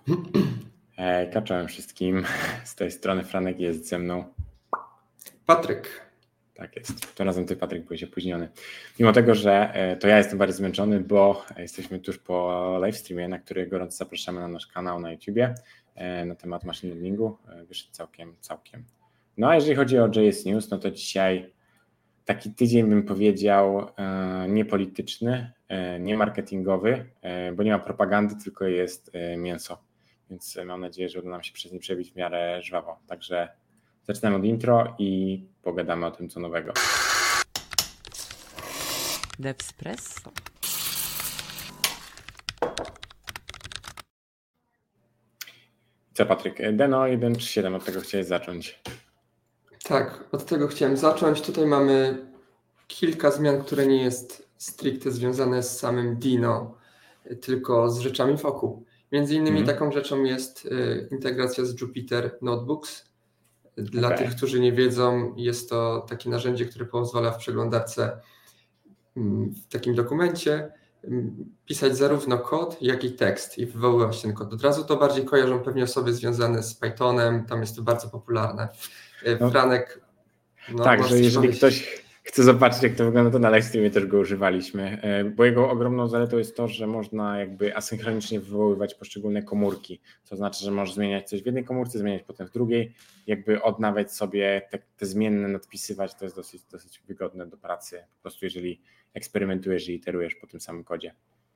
Czołem wszystkim. Z tej strony Franek, jest ze mną Patryk. Tak jest. Tym razem ty, Patryk, byłeś opóźniony. Mimo tego, że to ja jestem bardzo zmęczony, bo jesteśmy tuż po live streamie, na który gorąco zapraszamy na nasz kanał na YouTubie na temat machine learningu. Wyszedł całkiem. No a jeżeli chodzi o JS News, no to dzisiaj taki tydzień, bym powiedział, niepolityczny, nie marketingowy, bo nie ma propagandy, tylko jest mięso. Więc mam nadzieję, że uda nam się przez nie przebić w miarę żwawo. Także zaczynamy od intro i pogadamy o tym, co nowego. Devspresso. Co, Patryk? Deno 1.3.7, od tego chciałeś zacząć. Tak, od tego chciałem zacząć. Tutaj mamy kilka zmian, które nie jest stricte związane z samym Dino, tylko z rzeczami wokół. Między innymi taką rzeczą jest integracja z Jupyter Notebooks. Dla tych, którzy nie wiedzą, jest to takie narzędzie, które pozwala w przeglądarce w takim dokumencie pisać zarówno kod, jak i tekst i wywoływać ten kod. Od razu to bardziej kojarzą pewnie osoby związane z Pythonem, tam jest to bardzo popularne. Franek... Tak, że jeżeli ktoś chce zobaczyć, jak to wygląda, to na live streamie też go używaliśmy, bo jego ogromną zaletą jest to, że można jakby asynchronicznie wywoływać poszczególne komórki, to znaczy, że możesz zmieniać coś w jednej komórce, zmieniać potem w drugiej, jakby odnawiać sobie te zmienne, nadpisywać, to jest dosyć wygodne do pracy, po prostu jeżeli eksperymentujesz i iterujesz po tym samym kodzie.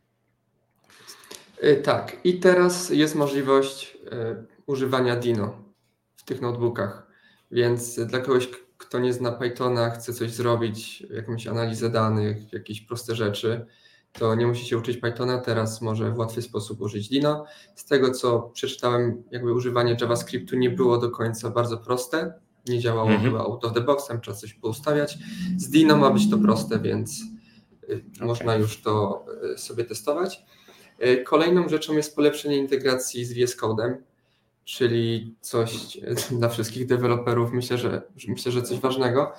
Tak, i teraz jest możliwość używania Dino w tych notebookach, więc dla kogoś, kto nie zna Pythona, chce coś zrobić, jakąś analizę danych, jakieś proste rzeczy, to nie musi się uczyć Pythona, teraz może w łatwy sposób użyć Dino. Z tego, co przeczytałem, jakby używanie JavaScriptu nie było do końca bardzo proste, nie działało chyba out of the box, tam trzeba coś poustawiać. Z Dino ma być to proste, więc można już to sobie testować. Kolejną rzeczą jest polepszenie integracji z VS Code'em, czyli coś dla wszystkich deweloperów, myślę, że coś ważnego.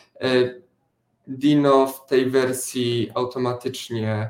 Dino w tej wersji automatycznie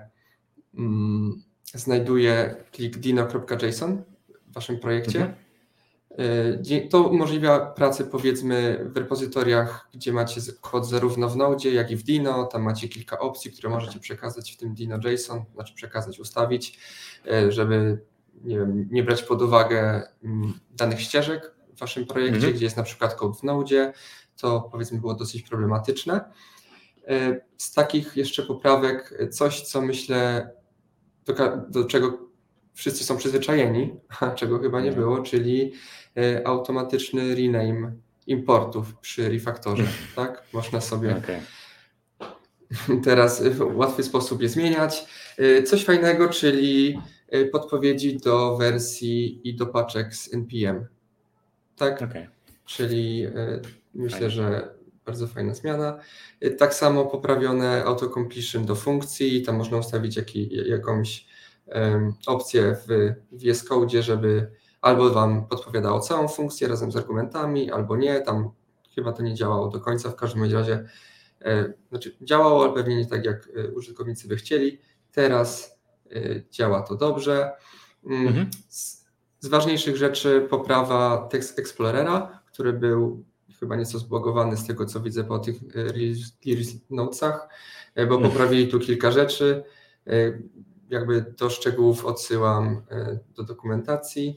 znajduje plik dino.json w waszym projekcie. To umożliwia pracę, powiedzmy, w repozytoriach, gdzie macie kod zarówno w Node, jak i w Dino. Tam macie kilka opcji, które możecie przekazać w tym Dino.json, ustawić, żeby nie brać pod uwagę danych ścieżek w waszym projekcie, gdzie jest na przykład kod w Node, to powiedzmy było dosyć problematyczne. Z takich jeszcze poprawek coś, co myślę, do czego wszyscy są przyzwyczajeni, a czego chyba nie było, czyli automatyczny rename importów przy refaktorze. Tak? Można sobie teraz w łatwy sposób je zmieniać. Coś fajnego, czyli podpowiedzi do wersji i do paczek z NPM. Tak? Czyli myślę, że bardzo fajna zmiana. Tak samo poprawione autocompletion do funkcji. Tam można ustawić jakąś opcję w VS Code, żeby albo wam podpowiadało całą funkcję razem z argumentami, albo nie. Tam chyba to nie działało do końca. W każdym razie działało, ale pewnie nie tak, jak użytkownicy by chcieli. Teraz działa to dobrze. Z ważniejszych rzeczy poprawa Text Explorera, który był chyba nieco zbugowany z tego, co widzę po tych release notesach, bo poprawili tu kilka rzeczy. Jakby do szczegółów odsyłam do dokumentacji.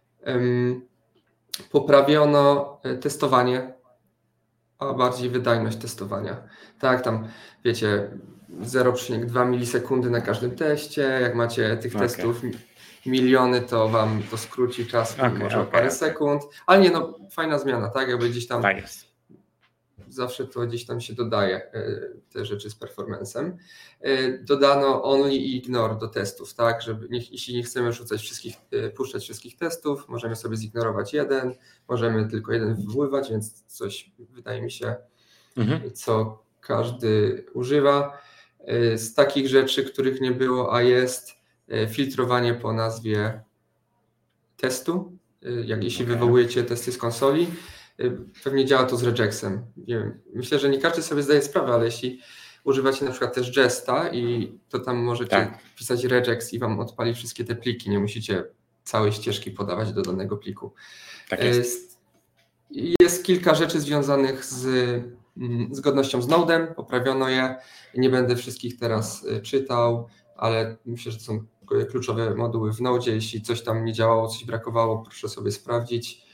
Poprawiono testowanie, a bardziej wydajność testowania. Tak, tam wiecie, 0,2 milisekundy na każdym teście. Jak macie tych testów miliony, to wam to skróci czas może o parę sekund. Ale nie, fajna zmiana, tak? Jakby gdzieś tam zawsze to gdzieś tam się dodaje te rzeczy z performancem. Dodano only i ignore do testów, tak? Żeby jeśli nie chcemy puszczać wszystkich testów, możemy sobie zignorować jeden, możemy tylko jeden wywoływać, więc coś wydaje mi się, co każdy używa. Z takich rzeczy, których nie było, a jest filtrowanie po nazwie testu. Jeśli wywołujecie testy z konsoli, pewnie działa to z regexem. Nie wiem, myślę, że nie każdy sobie zdaje sprawę, ale jeśli używacie na przykład też Jesta i to tam możecie pisać regex i wam odpali wszystkie te pliki, nie musicie całej ścieżki podawać do danego pliku. Tak jest. Jest kilka rzeczy związanych z zgodnością z Node'em, poprawiono je. Nie będę wszystkich teraz czytał, ale myślę, że to są kluczowe moduły w Node'zie. Jeśli coś tam nie działało, coś brakowało, proszę sobie sprawdzić.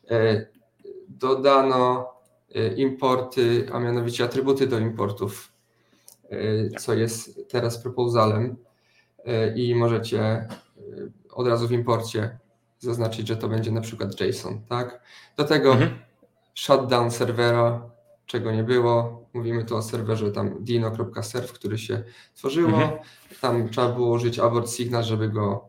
Dodano importy, a mianowicie atrybuty do importów, co jest teraz proposalem i możecie od razu w imporcie zaznaczyć, że to będzie na przykład JSON, tak? Do tego shutdown serwera, czego nie było. Mówimy tu o serwerze tam dino.serve, który się tworzyło. Tam trzeba było użyć abort signal, żeby go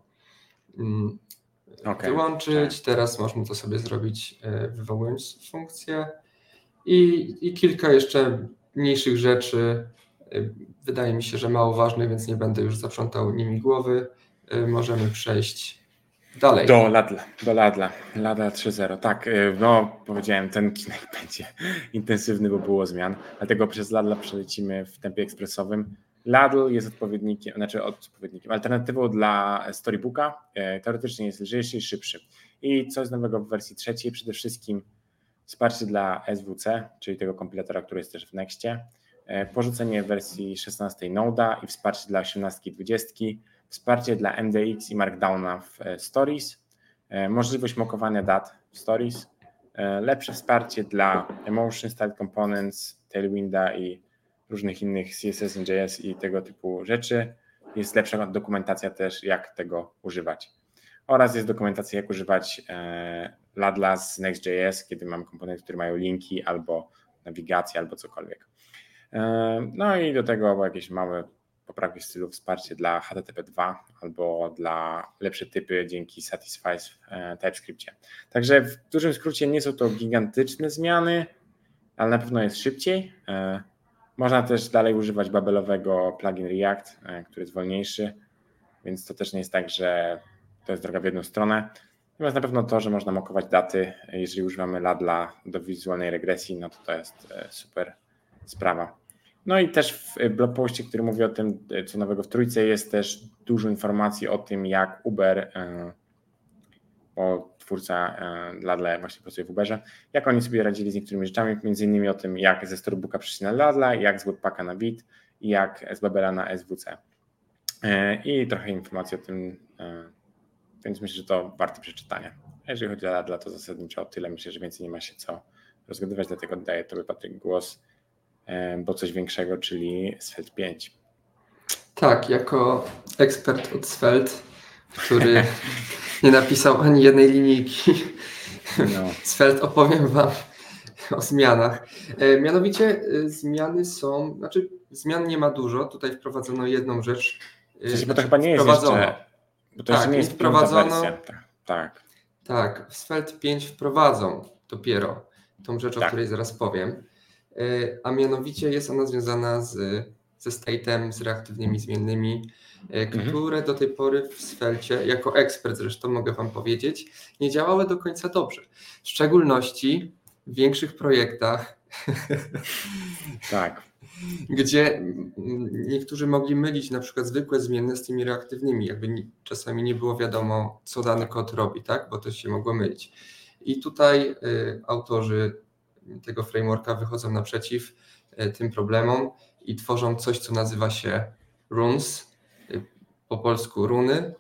wyłączyć. Teraz można to sobie zrobić, wywołując funkcję. I kilka jeszcze mniejszych rzeczy. Wydaje mi się, że mało ważnych, więc nie będę już zaprzątał nimi głowy. Możemy przejść dalej. Do Ladla 3.0. Tak, no powiedziałem, ten odcinek będzie intensywny, bo było zmian. Dlatego przez Ladla przelecimy w tempie ekspresowym. Ladl jest alternatywą dla Storybooka. Teoretycznie jest lżejszy i szybszy. I co jest nowego w wersji 3? Przede wszystkim wsparcie dla SWC, czyli tego kompilatora, który jest też w Nextie. Porzucenie wersji 16 Node'a i wsparcie dla 18 i 20. Wsparcie dla MDX i Markdowna w Stories, możliwość mokowania dat w Stories, lepsze wsparcie dla Emotion Style Components, Tailwinda i różnych innych CSS, JS i tego typu rzeczy. Jest lepsza dokumentacja też, jak tego używać. Oraz jest dokumentacja, jak używać Ladla z Next.js, kiedy mamy komponenty, które mają linki albo nawigację, albo cokolwiek. No i do tego jakieś małe poprawki w stylu wsparcie dla HTTP2 albo dla lepsze typy dzięki Satisfy w TypeScriptie. Także w dużym skrócie nie są to gigantyczne zmiany, ale na pewno jest szybciej. Można też dalej używać babelowego plugin React, który jest wolniejszy, więc to też nie jest tak, że to jest droga w jedną stronę. Natomiast na pewno to, że można mokować daty, jeżeli używamy Ladla do wizualnej regresji, no to jest super sprawa. No i też w blog postie, który mówi o tym, co nowego w trójce, jest też dużo informacji o tym, jak Uber, bo twórca Ladla właśnie pracuje w Uberze, jak oni sobie radzili z niektórymi rzeczami, między innymi o tym, jak ze Storybooka przejść na Ladla, jak z Webpacka na Bit i jak z Babela na SWC. I trochę informacji o tym, więc myślę, że to warte przeczytania. A jeżeli chodzi o Ladla, to zasadniczo o tyle. Myślę, że więcej nie ma się co rozgadywać, dlatego oddaję Tobie, Patryk, głos, bo coś większego, czyli Svelte 5. Tak, jako ekspert od Svelte, który nie napisał ani jednej linijki, Svelte opowiem Wam o zmianach. Mianowicie zmiany są, zmian nie ma dużo, tutaj wprowadzono jedną rzecz. Bo to chyba nie jest jeszcze, bo to jeszcze nie jest wprowadzono wersja. Tak, w Svelte 5 wprowadzą dopiero tą rzecz, o której zaraz powiem. A mianowicie jest ona związana ze state'em, z reaktywnymi zmiennymi, które do tej pory w Svelte, jako ekspert zresztą mogę Wam powiedzieć, nie działały do końca dobrze. W szczególności w większych projektach, gdzie niektórzy mogli mylić na przykład zwykłe zmienne z tymi reaktywnymi, jakby czasami nie było wiadomo, co dany kod robi, tak? Bo to się mogło mylić. I tutaj autorzy tego frameworka wychodzą naprzeciw tym problemom i tworzą coś, co nazywa się runes, po polsku runy.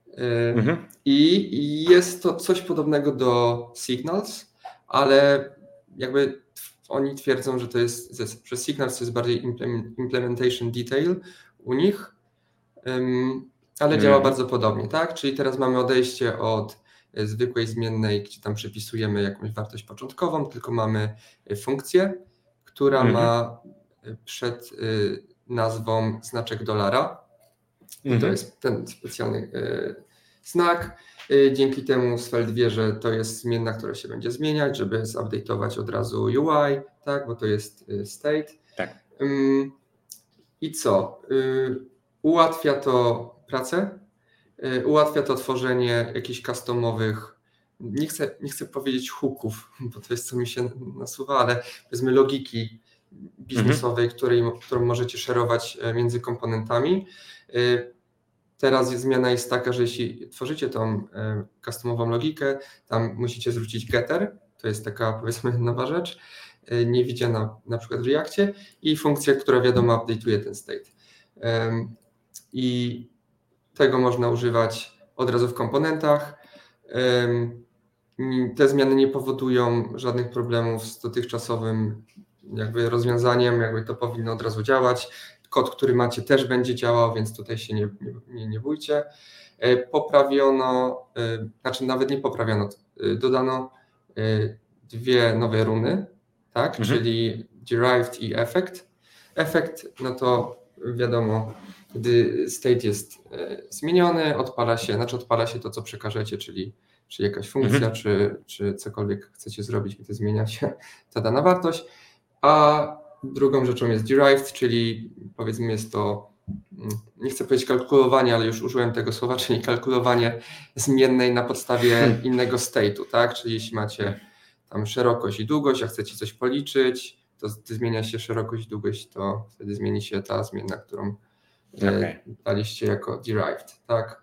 I jest to coś podobnego do signals, ale jakby oni twierdzą, że to jest, że signals to jest bardziej implementation detail u nich, ale działa bardzo podobnie, tak? Czyli teraz mamy odejście od zwykłej zmiennej, gdzie tam przypisujemy jakąś wartość początkową, tylko mamy funkcję, która ma przed nazwą znaczek $. I to jest ten specjalny znak. Dzięki temu Svelte wie, że to jest zmienna, która się będzie zmieniać, żeby zupdate'ować od razu UI, tak, bo to jest state. Tak. I co? Ułatwia to pracę, ułatwia to tworzenie jakichś customowych, nie chcę powiedzieć hooków, bo to jest co mi się nasuwa, ale powiedzmy logiki biznesowej, którą możecie szerować między komponentami. Teraz zmiana jest taka, że jeśli tworzycie tą customową logikę, tam musicie zwrócić getter, to jest taka powiedzmy nowa rzecz, niewidziana na przykład w Reactie i funkcja, która wiadomo update'uje ten state. I tego można używać od razu w komponentach. Te zmiany nie powodują żadnych problemów z dotychczasowym jakby rozwiązaniem, jakby to powinno od razu działać. Kod, który macie, też będzie działał, więc tutaj się nie bójcie. Poprawiono, znaczy nawet nie poprawiono, dodano 2 nowe runy, tak? Czyli derived i effect. Effect, no to wiadomo, gdy state jest zmieniony, odpala się to, co przekażecie, czyli jakaś funkcja, czy cokolwiek chcecie zrobić, gdy zmienia się ta dana wartość. A drugą rzeczą jest derived, czyli powiedzmy jest to, nie chcę powiedzieć kalkulowanie, ale już użyłem tego słowa, czyli kalkulowanie zmiennej na podstawie innego state'u, tak? Czyli jeśli macie tam szerokość i długość, a chcecie coś policzyć, to gdy zmienia się szerokość i długość, to wtedy zmieni się ta zmienna, którą daliście jako derived, tak?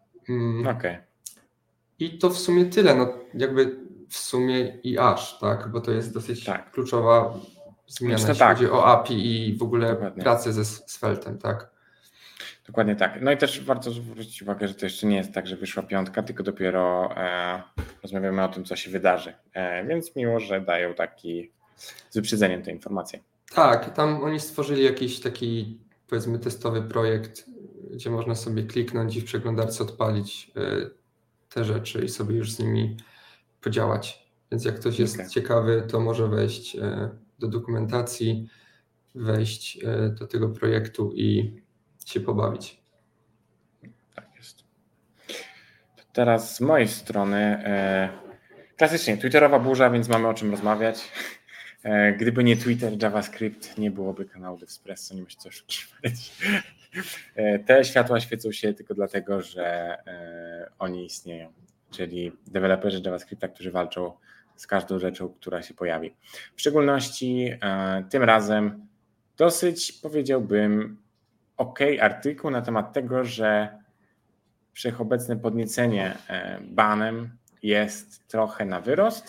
I to w sumie tyle, no jakby w sumie i aż, tak? Bo to jest dosyć kluczowa zmiana, jeśli chodzi o API i w ogóle pracę ze Svelte, tak? Dokładnie tak. No i też warto zwrócić uwagę, że to jeszcze nie jest tak, że wyszła 5, tylko dopiero rozmawiamy o tym, co się wydarzy. Więc miło, że dają taki z wyprzedzeniem te informacje. Tak, tam oni stworzyli jakiś taki powiedzmy testowy projekt, gdzie można sobie kliknąć i w przeglądarce odpalić te rzeczy i sobie już z nimi podziałać. Więc jak ktoś jest ciekawy, to może wejść do dokumentacji, wejść do tego projektu i się pobawić. Tak jest. To teraz z mojej strony klasycznie twitterowa burza, więc mamy o czym rozmawiać. Gdyby nie Twitter, JavaScript, nie byłoby kanału Devspresso, nie ma się co oszukiwać. Te światła świecą się tylko dlatego, że oni istnieją, czyli deweloperzy JavaScripta, którzy walczą z każdą rzeczą, która się pojawi. W szczególności tym razem dosyć, powiedziałbym, artykuł na temat tego, że wszechobecne podniecenie banem jest trochę na wyrost.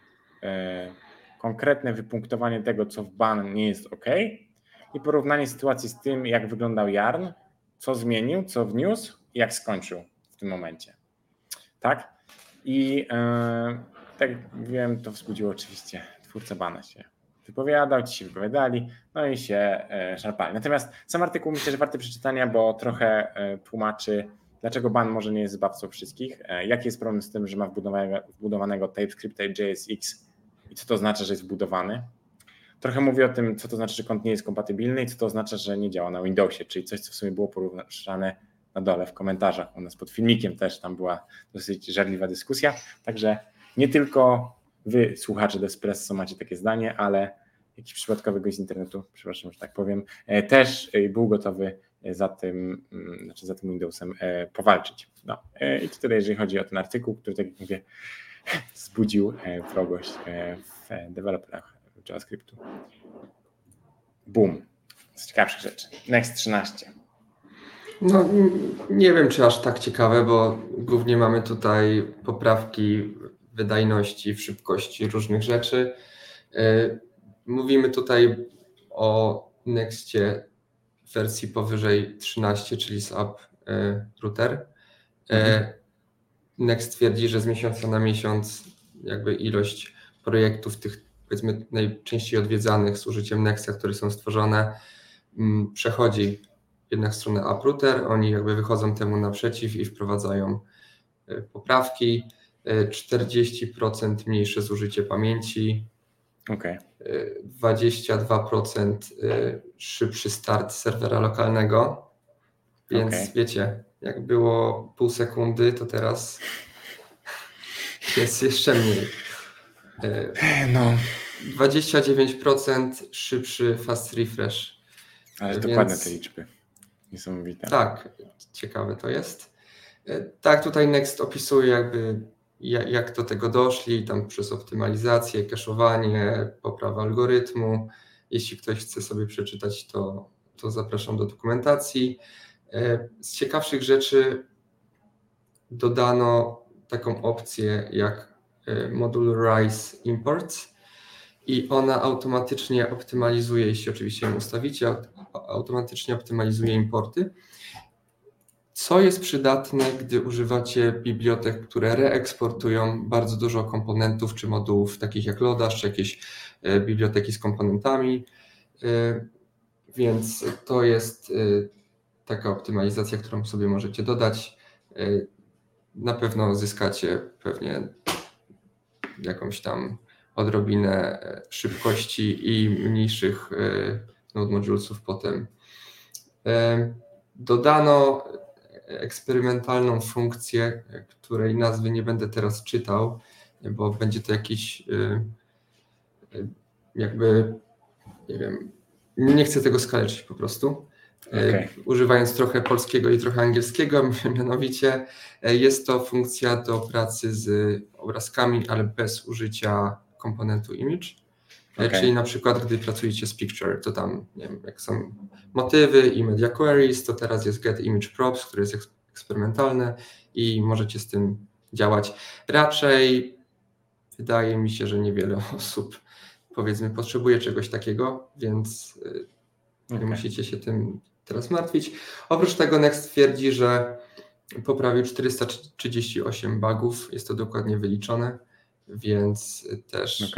Konkretne wypunktowanie tego, co w ban nie jest i porównanie sytuacji z tym, jak wyglądał Yarn, co zmienił, co wniósł i jak skończył w tym momencie. Tak? I tak jak mówiłem, to wzbudziło oczywiście twórca bana się wypowiadał, ci się wypowiadali, no i się szarpali. Natomiast sam artykuł myślę, że warty przeczytania, bo trochę tłumaczy, dlaczego ban może nie jest zbawcą wszystkich, jaki jest problem z tym, że ma wbudowanego TypeScripta i JSX i co to oznacza, że jest wbudowany. Trochę mówię o tym, co to znaczy, że kod nie jest kompatybilny i co to oznacza, że nie działa na Windowsie, czyli coś, co w sumie było poruszane na dole w komentarzach. U nas pod filmikiem też tam była dosyć żarliwa dyskusja, także nie tylko wy, słuchacze Devspresso, macie takie zdanie, ale jakiś przypadkowy gość z internetu, przepraszam, że tak powiem, też był gotowy za tym Windowsem powalczyć. No. I to tyle, jeżeli chodzi o ten artykuł, który, tak jak mówię, wzbudził wrogość w deweloperach JavaScriptu. Boom. Z ciekawszych rzeczy. Next 13. No nie wiem, czy aż tak ciekawe, bo głównie mamy tutaj poprawki w wydajności, w szybkości różnych rzeczy. Mówimy tutaj o Nextie wersji powyżej 13, czyli z App Router. Next twierdzi, że z miesiąca na miesiąc jakby ilość projektów tych powiedzmy najczęściej odwiedzanych z użyciem Nexta, które są stworzone, przechodzi jednak w stronę App Router. Oni jakby wychodzą temu naprzeciw i wprowadzają poprawki. 40% mniejsze zużycie pamięci, 22% szybszy start serwera lokalnego, więc wiecie, jak było pół sekundy, to teraz jest jeszcze mniej. 29% szybszy fast refresh. Ale dokładne te liczby. Niesamowite. Tak, ciekawe to jest. Tak, tutaj Next opisuje jakby jak do tego doszli, tam przez optymalizację, cache'owanie, poprawę algorytmu. Jeśli ktoś chce sobie przeczytać, to zapraszam do dokumentacji. Z ciekawszych rzeczy dodano taką opcję jak moduł RISE Imports i ona automatycznie optymalizuje, jeśli oczywiście ją ustawicie, automatycznie optymalizuje importy, co jest przydatne, gdy używacie bibliotek, które reeksportują bardzo dużo komponentów czy modułów, takich jak Lodash, czy jakieś biblioteki z komponentami, więc to jest taka optymalizacja, którą sobie możecie dodać. Na pewno zyskacie pewnie jakąś tam odrobinę szybkości i mniejszych node modulesów potem. Dodano eksperymentalną funkcję, której nazwy nie będę teraz czytał, bo będzie to jakiś jakby, nie wiem, nie chcę tego skaleczyć po prostu. Okay. Używając trochę polskiego i trochę angielskiego, mianowicie jest to funkcja do pracy z obrazkami, ale bez użycia komponentu image. Okay. Czyli na przykład, gdy pracujecie z picture, to tam, nie wiem, jak są motywy i media queries, to teraz jest get image props, które jest eksperymentalne i możecie z tym działać. Raczej wydaje mi się, że niewiele osób, powiedzmy, potrzebuje czegoś takiego, więc nie musicie się tym teraz martwić. Oprócz tego Next twierdzi, że poprawił 438 bugów, jest to dokładnie wyliczone, więc też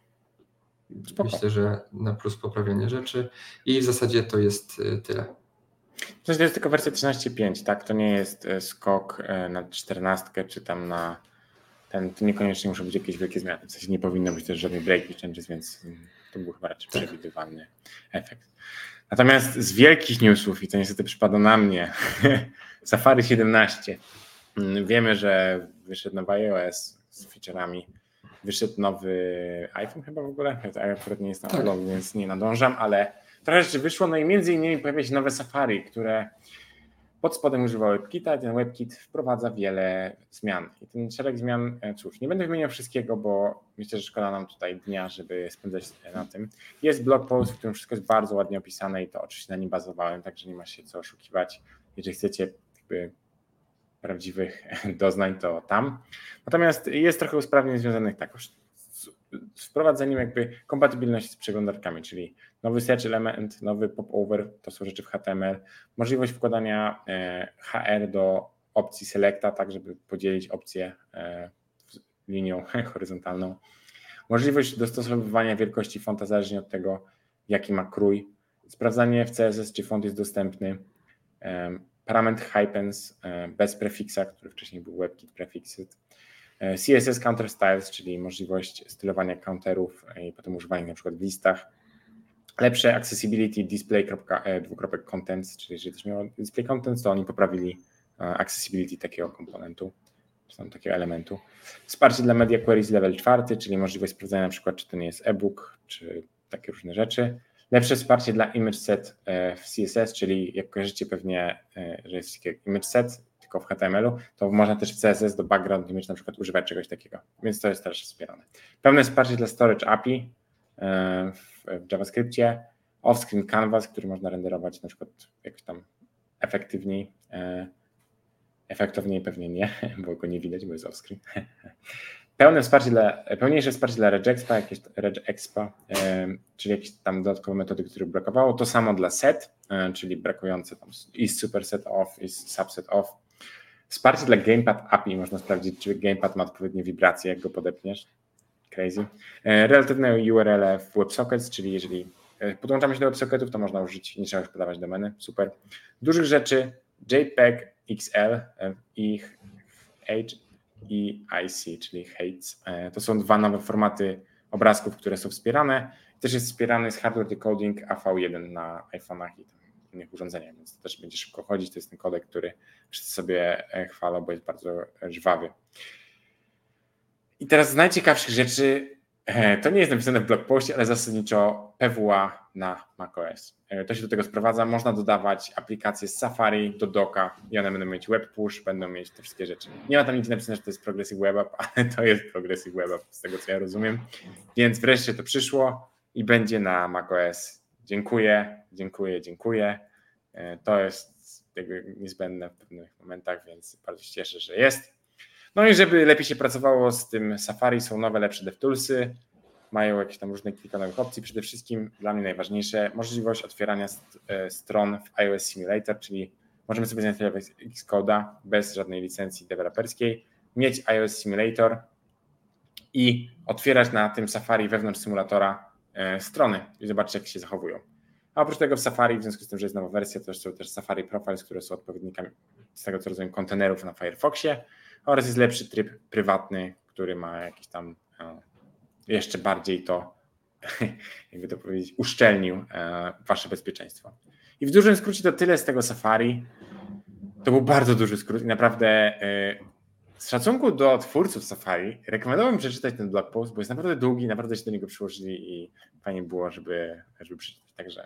myślę, że na plus poprawianie rzeczy i w zasadzie to jest tyle. To jest tylko wersja 13.5, tak? To nie jest skok na 14 czy tam na ten, to niekoniecznie muszą być jakieś wielkie zmiany. W sensie nie powinno być też żadnych breaking changes, więc to był chyba raczej przewidywalny efekt. Natomiast z wielkich newsów, i to niestety przypada na mnie, Safari 17. Wiemy, że wyszedł nowy iOS z feature'ami. Wyszedł nowy iPhone chyba w ogóle. Ja akurat nie jestem na vlogu, więc nie nadążam, ale trochę rzeczy wyszło. No i między innymi pojawia się nowe Safari, które pod spodem używa WebKita i ten WebKit wprowadza wiele zmian. I ten szereg zmian, cóż, nie będę wymieniał wszystkiego, bo myślę, że szkoda nam tutaj dnia, żeby spędzać na tym. Jest blog post, w którym wszystko jest bardzo ładnie opisane i to oczywiście na nim bazowałem, także nie ma się co oszukiwać. Jeżeli chcecie jakby prawdziwych doznań, to tam. Natomiast jest trochę usprawnień związanych z wprowadzeniem jakby kompatybilności z przeglądarkami, czyli nowy search element, nowy popover, to są rzeczy w HTML, możliwość wkładania HR do opcji selecta, tak żeby podzielić opcję linią horyzontalną, możliwość dostosowywania wielkości fonta zależnie od tego, jaki ma krój, sprawdzanie w CSS, czy font jest dostępny, parametr hypens bez prefiksa, który wcześniej był WebKit prefixed, CSS counter styles, czyli możliwość stylowania counterów i potem używania na przykład w listach, lepsze accessibility display.contents, czyli jeżeli też miało display contents, to oni poprawili accessibility takiego komponentu, czy tam takiego elementu. Wsparcie dla media queries level 4, czyli możliwość sprawdzenia na przykład, czy to nie jest e-book, czy takie różne rzeczy. Lepsze wsparcie dla image set w CSS, czyli jak kojarzycie pewnie, że jest taki image set, tylko w HTML-u, to można też w CSS do background image na przykład używać czegoś takiego, więc to jest też wspierane. Pełne wsparcie dla storage API w JavaScriptie, off-screen canvas, który można renderować na przykład jakoś tam efektywniej, efektowniej pewnie nie, bo go nie widać, bo jest off-screen. Pełniejsze wsparcie dla regexpa, jakieś regexpa, czyli jakieś tam dodatkowe metody, które brakowało. To samo dla set, czyli brakujące tam is superset off, is subset off. Wsparcie dla gamepad API, można sprawdzić, czy gamepad ma odpowiednie wibracje, jak go podepniesz. Crazy. Relatywne URL w WebSockets, czyli jeżeli podłączamy się do WebSocketów, to można użyć, nie trzeba już podawać domeny, super. Dużych rzeczy JPEG XL i HEIC, czyli HEIC. To są dwa nowe formaty obrazków, które są wspierane. Też jest wspierany jest hardware decoding AV1 na iPhone'ach i innych urządzeniach, więc to też będzie szybko chodzić. To jest ten kodek, który wszyscy sobie chwalą, bo jest bardzo żwawy. I teraz z najciekawszych rzeczy, to nie jest napisane w blogpoście, ale zasadniczo PWA na macOS. To się do tego sprowadza. Można dodawać aplikacje z Safari do Docka i one będą mieć web push, będą mieć te wszystkie rzeczy. Nie ma tam nic napisane, że to jest Progressive Web App, ale to jest Progressive Web App, z tego co ja rozumiem. Więc wreszcie to przyszło i będzie na macOS. Dziękuję. To jest niezbędne w pewnych momentach, więc bardzo się cieszę, że jest. No i żeby lepiej się pracowało z tym Safari, są nowe, lepsze DevToolsy, mają jakieś tam różne kilka nowych opcji. Przede wszystkim dla mnie najważniejsze możliwość otwierania stron w iOS Simulator, czyli możemy sobie zainstalować Xcode'a bez żadnej licencji deweloperskiej, mieć iOS Simulator i otwierać na tym Safari wewnątrz symulatora strony i zobaczyć, jak się zachowują. A oprócz tego w Safari, w związku z tym, że jest nowa wersja, to są też Safari Profiles, które są odpowiednikami, z tego co rozumiem, kontenerów na Firefoxie, oraz jest lepszy tryb prywatny, który ma jakiś tam jeszcze bardziej to, jakby to powiedzieć, uszczelnił wasze bezpieczeństwo. I w dużym skrócie to tyle z tego Safari. To był bardzo duży skrót i naprawdę z szacunku do twórców Safari rekomendowałbym przeczytać ten blog post, bo jest naprawdę długi, naprawdę się do niego przyłożyli i fajnie było, żeby przeczytać. Także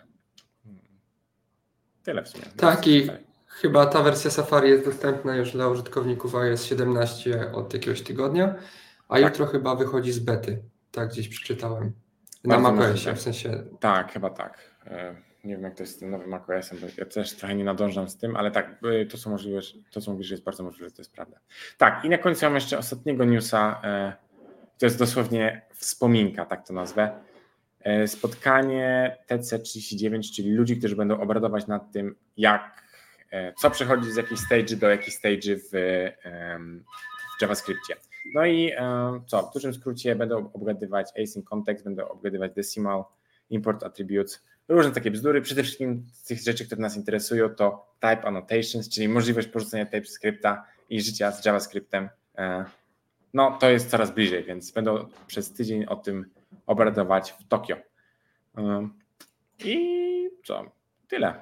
tyle w sumie. Tak, i chyba ta wersja Safari jest dostępna już dla użytkowników iOS 17 od jakiegoś tygodnia, a jutro chyba wychodzi z bety. Tak, gdzieś przeczytałem. Na macOSie, w sensie. Tak, chyba tak. Nie wiem, jak to jest z tym nowym macOS-em, bo ja też trochę nie nadążam z tym, ale tak, to co mówisz, jest bardzo możliwe, że to jest prawda. Tak, i na końcu mam jeszcze ostatniego newsa, to jest dosłownie wspominka, tak to nazwę. Spotkanie TC39, czyli ludzi, którzy będą obradować nad tym, co przechodzi z jakiej stage do jakiej stage w JavaScriptie. No i w dużym skrócie będą obgadywać async context, będą obgadywać decimal, import attributes, różne takie bzdury. Przede wszystkim z tych rzeczy, które nas interesują, to type annotations, czyli możliwość porzucenia TypeScripta i życia z JavaScriptem. No to jest coraz bliżej, więc będą przez tydzień o tym obradować w Tokio. I tyle.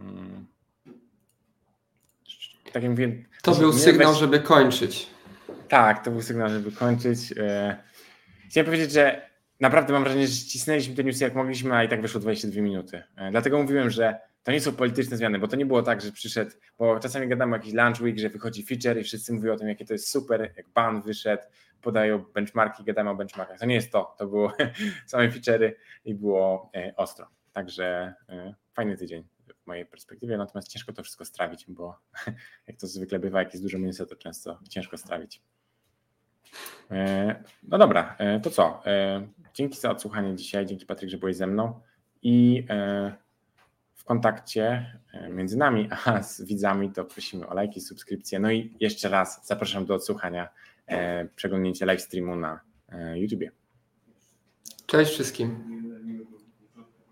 Tak jak mówię, to był sygnał, żeby kończyć. Tak, to był sygnał, żeby kończyć. Chciałem powiedzieć, że naprawdę mam wrażenie, że ścisnęliśmy te newsy jak mogliśmy, a i tak wyszło 22 minuty. Dlatego mówiłem, że to nie są polityczne zmiany, bo to nie było tak, że przyszedł, bo czasami gadamy o jakiś launch week, że wychodzi feature i wszyscy mówią o tym, jakie to jest super, jak ban wyszedł, podają benchmarki, gadamy o benchmarkach. To nie jest to było same feature'y i było ostro. Także fajny tydzień w mojej perspektywie, natomiast ciężko to wszystko strawić, bo jak to zwykle bywa, jak jest dużo mięsa, to często ciężko strawić. No dobra, to co? Dzięki za odsłuchanie dzisiaj, dzięki Patryk, że byłeś ze mną i w kontakcie między nami a z widzami to prosimy o lajki, subskrypcje, no i jeszcze raz zapraszam do odsłuchania, przeglądnięcia live streamu na YouTubie. Cześć wszystkim.